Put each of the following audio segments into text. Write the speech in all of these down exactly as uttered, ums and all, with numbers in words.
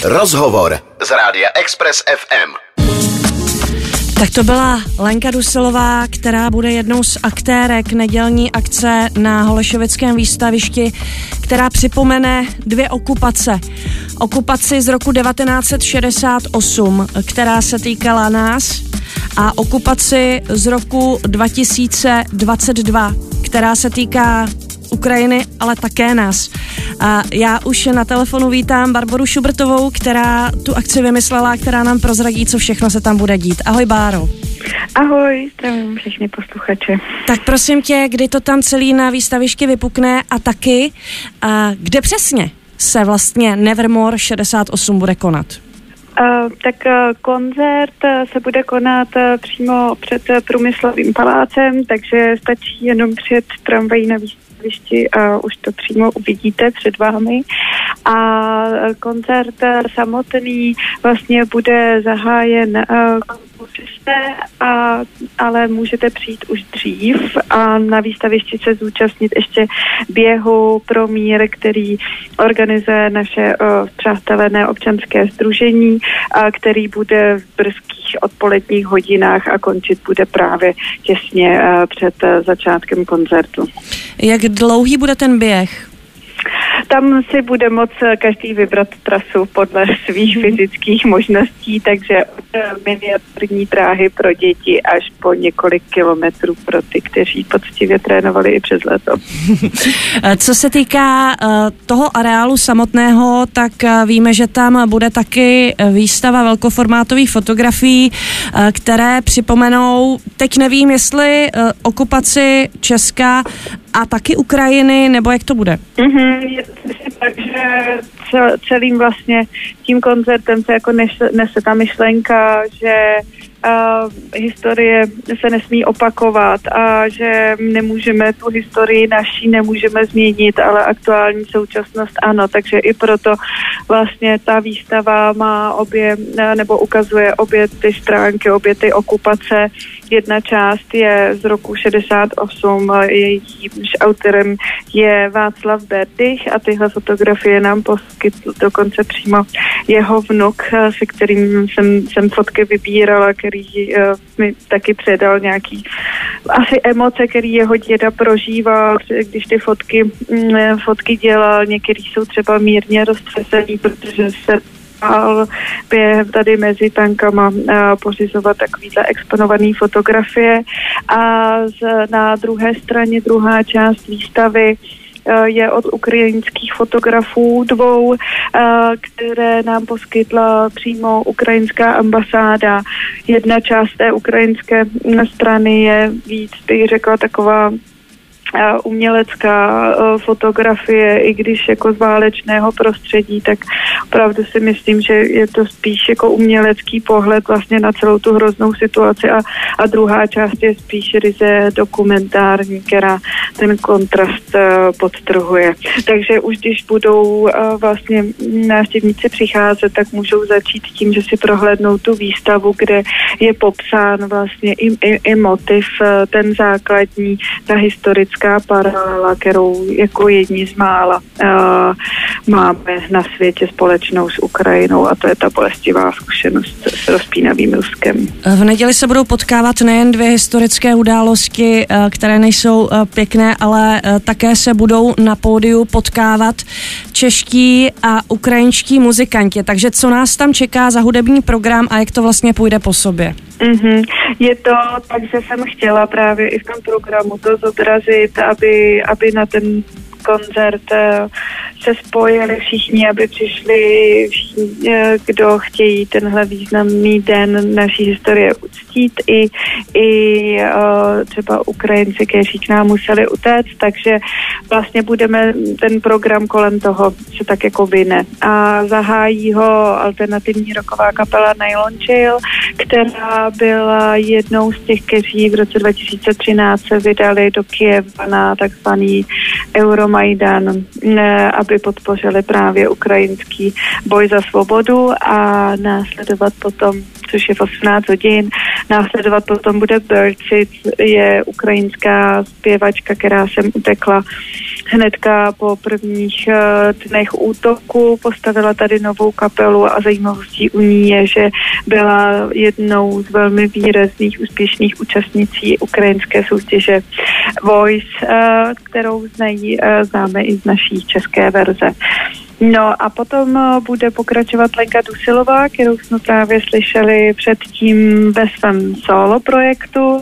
Rozhovor z Rádia Express F M. Tak to byla Lenka Dusilová, která bude jednou z aktérek nedělní akce na Holešovickém výstavišti, která připomene dvě okupace. Okupaci z roku devatenáct set šedesát osm, která se týkala nás, a okupaci z roku dva tisíce dvacet dva, která se týká Ukrajiny, ale také nás. A já už na telefonu vítám Barboru Šubrtovou, která tu akci vymyslela, která nám prozradí, co všechno se tam bude dít. Ahoj, Báro. Ahoj, zdravím všechny posluchače. Tak prosím tě, kdy to tam celý na výstavišti vypukne a taky, a kde přesně se vlastně Nevermore šedesát osm bude konat? Uh, tak uh, koncert uh, se bude konat uh, přímo před uh, Průmyslovým palácem, takže stačí jenom přijet tramvají na výstavišti a už to přímo uvidíte před vámi. A uh, koncert uh, samotný vlastně bude zahájen uh, a, ale můžete přijít už dřív a na výstavišti se zúčastnit ještě běhu pro mír, který organizuje naše uh, přátelené občanské sdružení, a který bude v brzkých odpoledních hodinách a končit bude právě těsně uh, před uh, začátkem koncertu. Jak dlouhý bude ten běh? Tam si bude moc každý vybrat trasu podle svých fyzických možností, takže od miniaturní dráhy pro děti až po několik kilometrů pro ty, kteří poctivě trénovali i přes léto. Co se týká toho areálu samotného, tak víme, že tam bude taky výstava velkoformátových fotografií, které připomenou, teď nevím, jestli okupaci Česka a taky Ukrajiny, nebo jak to bude? Mm-hmm, je to tak, že celým vlastně tím koncertem se jako nese, nese ta myšlenka, že uh, historie se nesmí opakovat a že nemůžeme tu historii naší nemůžeme změnit, ale aktuální současnost ano, takže i proto vlastně ta výstava má obě, nebo ukazuje obě ty stránky, obě ty okupace. Jedna část je z roku šedesát osm, jejímž autorem je Václav Berdych a tyhle fotografie nám poskytl dokonce přímo jeho vnuk, se kterým jsem, jsem fotky vybírala, který uh, mi taky předal nějaký asi emoce, který jeho děda prožíval, když ty fotky, um, fotky dělal. Některý jsou třeba mírně roztřesený, protože se během tady mezi tankama uh, pořizovat takovýhle exponovaný fotografie. A z, na druhé straně druhá část výstavy uh, je od ukrajinských fotografů dvou, uh, které nám poskytla přímo ukrajinská ambasáda. Jedna část té ukrajinské strany je víc, bych řekla, taková umělecká fotografie, i když jako z válečného prostředí, tak opravdu si myslím, že je to spíš jako umělecký pohled vlastně na celou tu hroznou situaci a, a druhá část je spíš ryze dokumentární, která ten kontrast uh, podtrhuje. Takže už když budou uh, vlastně návštěvníci přicházet, tak můžou začít tím, že si prohlédnou tu výstavu, kde je popsán vlastně i, i, i motiv, uh, ten základní, ta historická paralela, kterou jako jedni z mála uh, máme na světě společnou s Ukrajinou, a to je ta bolestivá zkušenost s rozpínavým Ruskem. V neděli se budou potkávat nejen dvě historické události, uh, které nejsou uh, pěkné, ale uh, také se budou na pódiu potkávat čeští a ukrajinští muzikanti. Takže co nás tam čeká za hudební program a jak to vlastně půjde po sobě? Mm-hmm. Je to tak, že jsem chtěla právě i v tom programu to zobrazit, aby, aby na ten koncert se spojili všichni, aby přišli všichni, kdo chtějí tenhle významný den naší historie uctít, i, i uh, třeba Ukrajinci, kteří k nám museli utéct, takže vlastně budeme ten program kolem toho se tak jako vyne. A zahájí ho alternativní rocková kapela Nylon Jail, která byla jednou z těch, kteří v roce dva tisíce třináct se vydali do Kyjeva na takzvaný Euromajdan, aby podpořili právě ukrajinský boj za svobodu a následovat potom což je v osmnáct hodin. Následovat potom bude Birdseed, je ukrajinská zpěvačka, která sem utekla hnedka po prvních dnech útoku, postavila tady novou kapelu a zajímavostí u ní je, že byla jednou z velmi výrazných úspěšných účastnicí ukrajinské soutěže Voice, kterou znají, známe i z naší české verze. No a potom bude pokračovat Lenka Dusilová, kterou jsme právě slyšeli předtím ve svém solo projektu,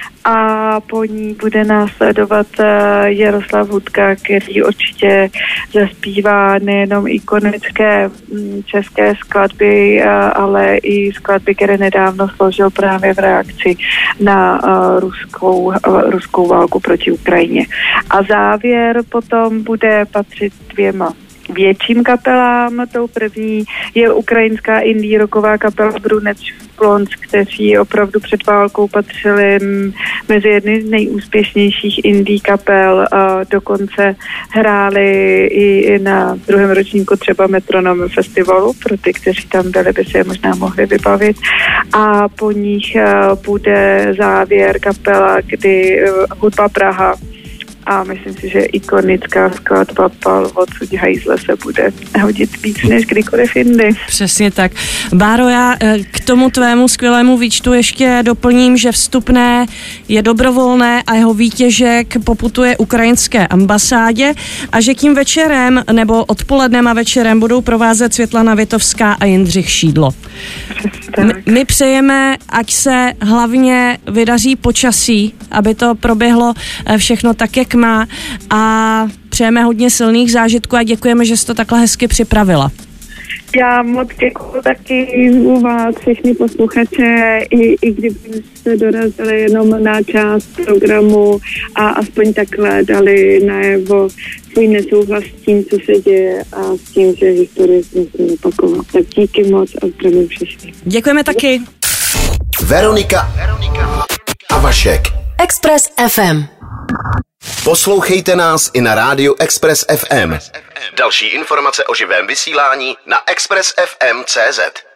a po ní bude následovat Jaroslav Hudka, který určitě zaspívá nejenom ikonické české skladby, ale i skladby, které nedávno složil právě v reakci na ruskou, ruskou válku proti Ukrajině. A závěr potom bude patřit dvěma větším kapelám. Tou první je ukrajinská indie rocková kapela Brunec Blondes, kteří opravdu před válkou patřili mezi jedny z nejúspěšnějších indie kapel a dokonce hráli i na druhém ročníku třeba Metronom festivalu, pro ty, kteří tam byli, by si je možná mohli vybavit. A po nich bude závěr kapela, kdy hudba Praha, a myslím si, že ikonická skladba Pal odsud hajzle se bude hodit víc než kdykoliv jindy. Přesně tak. Báro, já k tomu tvému skvělému výčtu ještě doplním, že vstupné je dobrovolné a jeho výtěžek poputuje ukrajinské ambasádě a že tím večerem nebo odpolednem a večerem budou provázet Světlana Vitovská a Jindřich Šídlo. My, my přejeme, ať se hlavně vydaří počasí, aby to proběhlo všechno tak, jak má, a přejeme hodně silných zážitků a děkujeme, že jsi to takhle hezky připravila. Já moc děkuji taky u vás všechny posluchače, i, i kdybyste dorazili jenom na část programu a aspoň takhle dali najevo svůj nesouhlas s tím, co se děje a s tím, že historie se musí opakovat. Tak díky moc a zdravím všechny. Děkujeme taky. Veronika, Veronika a Vašek. Express ef em. Poslouchejte nás i na rádiu Express ef em. Další informace o živém vysílání na express f m tečka cé zet.